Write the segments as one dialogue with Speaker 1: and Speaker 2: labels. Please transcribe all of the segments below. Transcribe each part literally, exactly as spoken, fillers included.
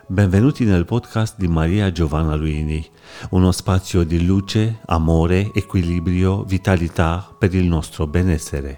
Speaker 1: Benvenuti nel podcast di Maria Giovanna Luini, uno spazio di luce, amore, equilibrio, vitalità per il nostro benessere.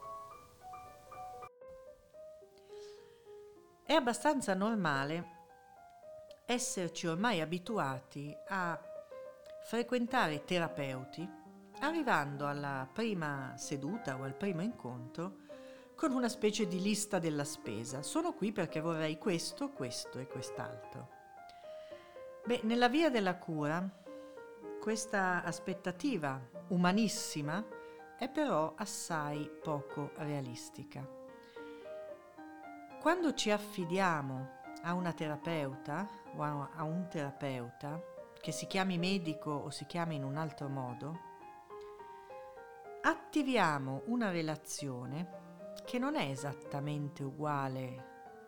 Speaker 2: È abbastanza normale esserci ormai abituati a frequentare terapeuti, arrivando alla prima seduta o al primo incontro con una specie di lista della spesa. Sono qui perché vorrei questo, questo e quest'altro. Beh, nella via della cura, questa aspettativa umanissima è però assai poco realistica. Quando ci affidiamo a una terapeuta o a un terapeuta, che si chiami medico o si chiami in un altro modo, attiviamo una relazione che non è esattamente uguale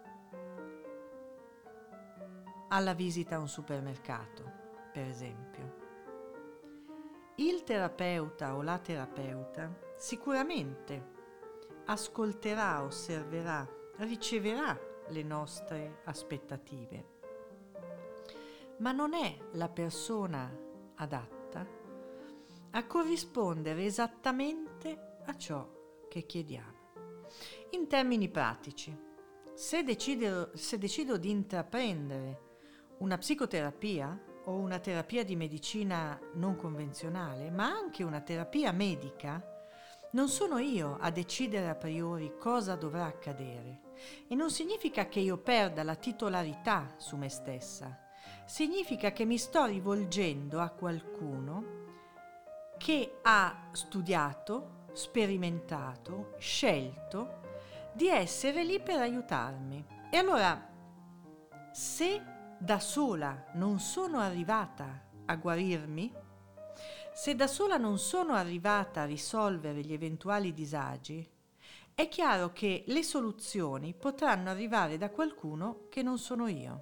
Speaker 2: alla visita a un supermercato, per esempio. Il terapeuta o la terapeuta sicuramente ascolterà, osserverà, riceverà le nostre aspettative, ma non è la persona adatta a corrispondere esattamente a ciò che chiediamo. In termini pratici, se decido, se decido di intraprendere una psicoterapia o una terapia di medicina non convenzionale, ma anche una terapia medica, non sono io a decidere a priori cosa dovrà accadere. E non significa che io perda la titolarità su me stessa, significa che mi sto rivolgendo a qualcuno che ha studiato, sperimentato, scelto di essere lì per aiutarmi. E allora, se da sola non sono arrivata a guarirmi, se da sola non sono arrivata a risolvere gli eventuali disagi, è chiaro che le soluzioni potranno arrivare da qualcuno che non sono io,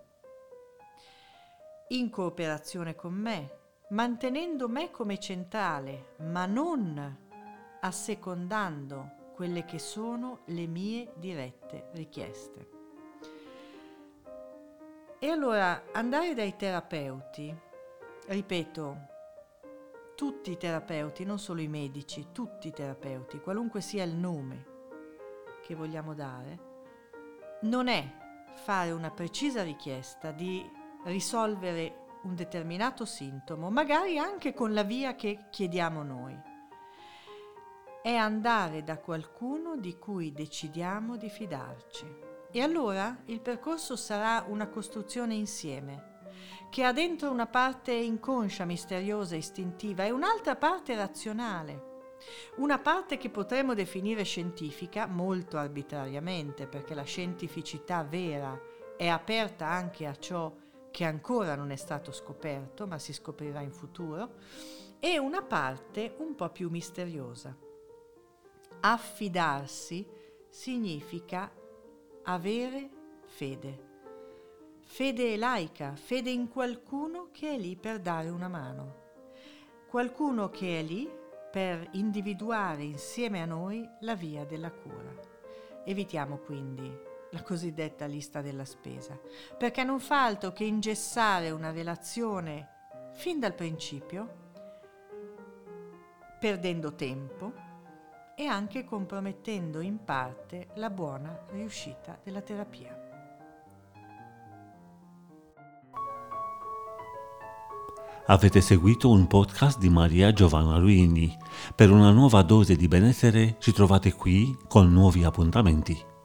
Speaker 2: in cooperazione con me, mantenendo me come centrale, ma non assecondando quelle che sono le mie dirette richieste. E allora andare dai terapeuti, ripeto, tutti i terapeuti, non solo i medici, tutti i terapeuti, qualunque sia il nome che vogliamo dare, non è fare una precisa richiesta di risolvere un determinato sintomo, magari anche con la via che chiediamo noi. È andare da qualcuno di cui decidiamo di fidarci. E allora il percorso sarà una costruzione insieme, che ha dentro una parte inconscia, misteriosa, istintiva e un'altra parte razionale. Una parte che potremmo definire scientifica, molto arbitrariamente, perché la scientificità vera è aperta anche a ciò che ancora non è stato scoperto, ma si scoprirà in futuro, e una parte un po' più misteriosa. Affidarsi significa avere fede. Fede laica, fede in qualcuno che è lì per dare una mano. Qualcuno che è lì per individuare insieme a noi la via della cura. Evitiamo quindi la cosiddetta lista della spesa, perché non fa altro che ingessare una relazione fin dal principio, perdendo tempo e anche compromettendo in parte la buona riuscita della terapia.
Speaker 1: Avete seguito un podcast di Maria Giovanna Luini. Per una nuova dose di benessere ci trovate qui con nuovi appuntamenti.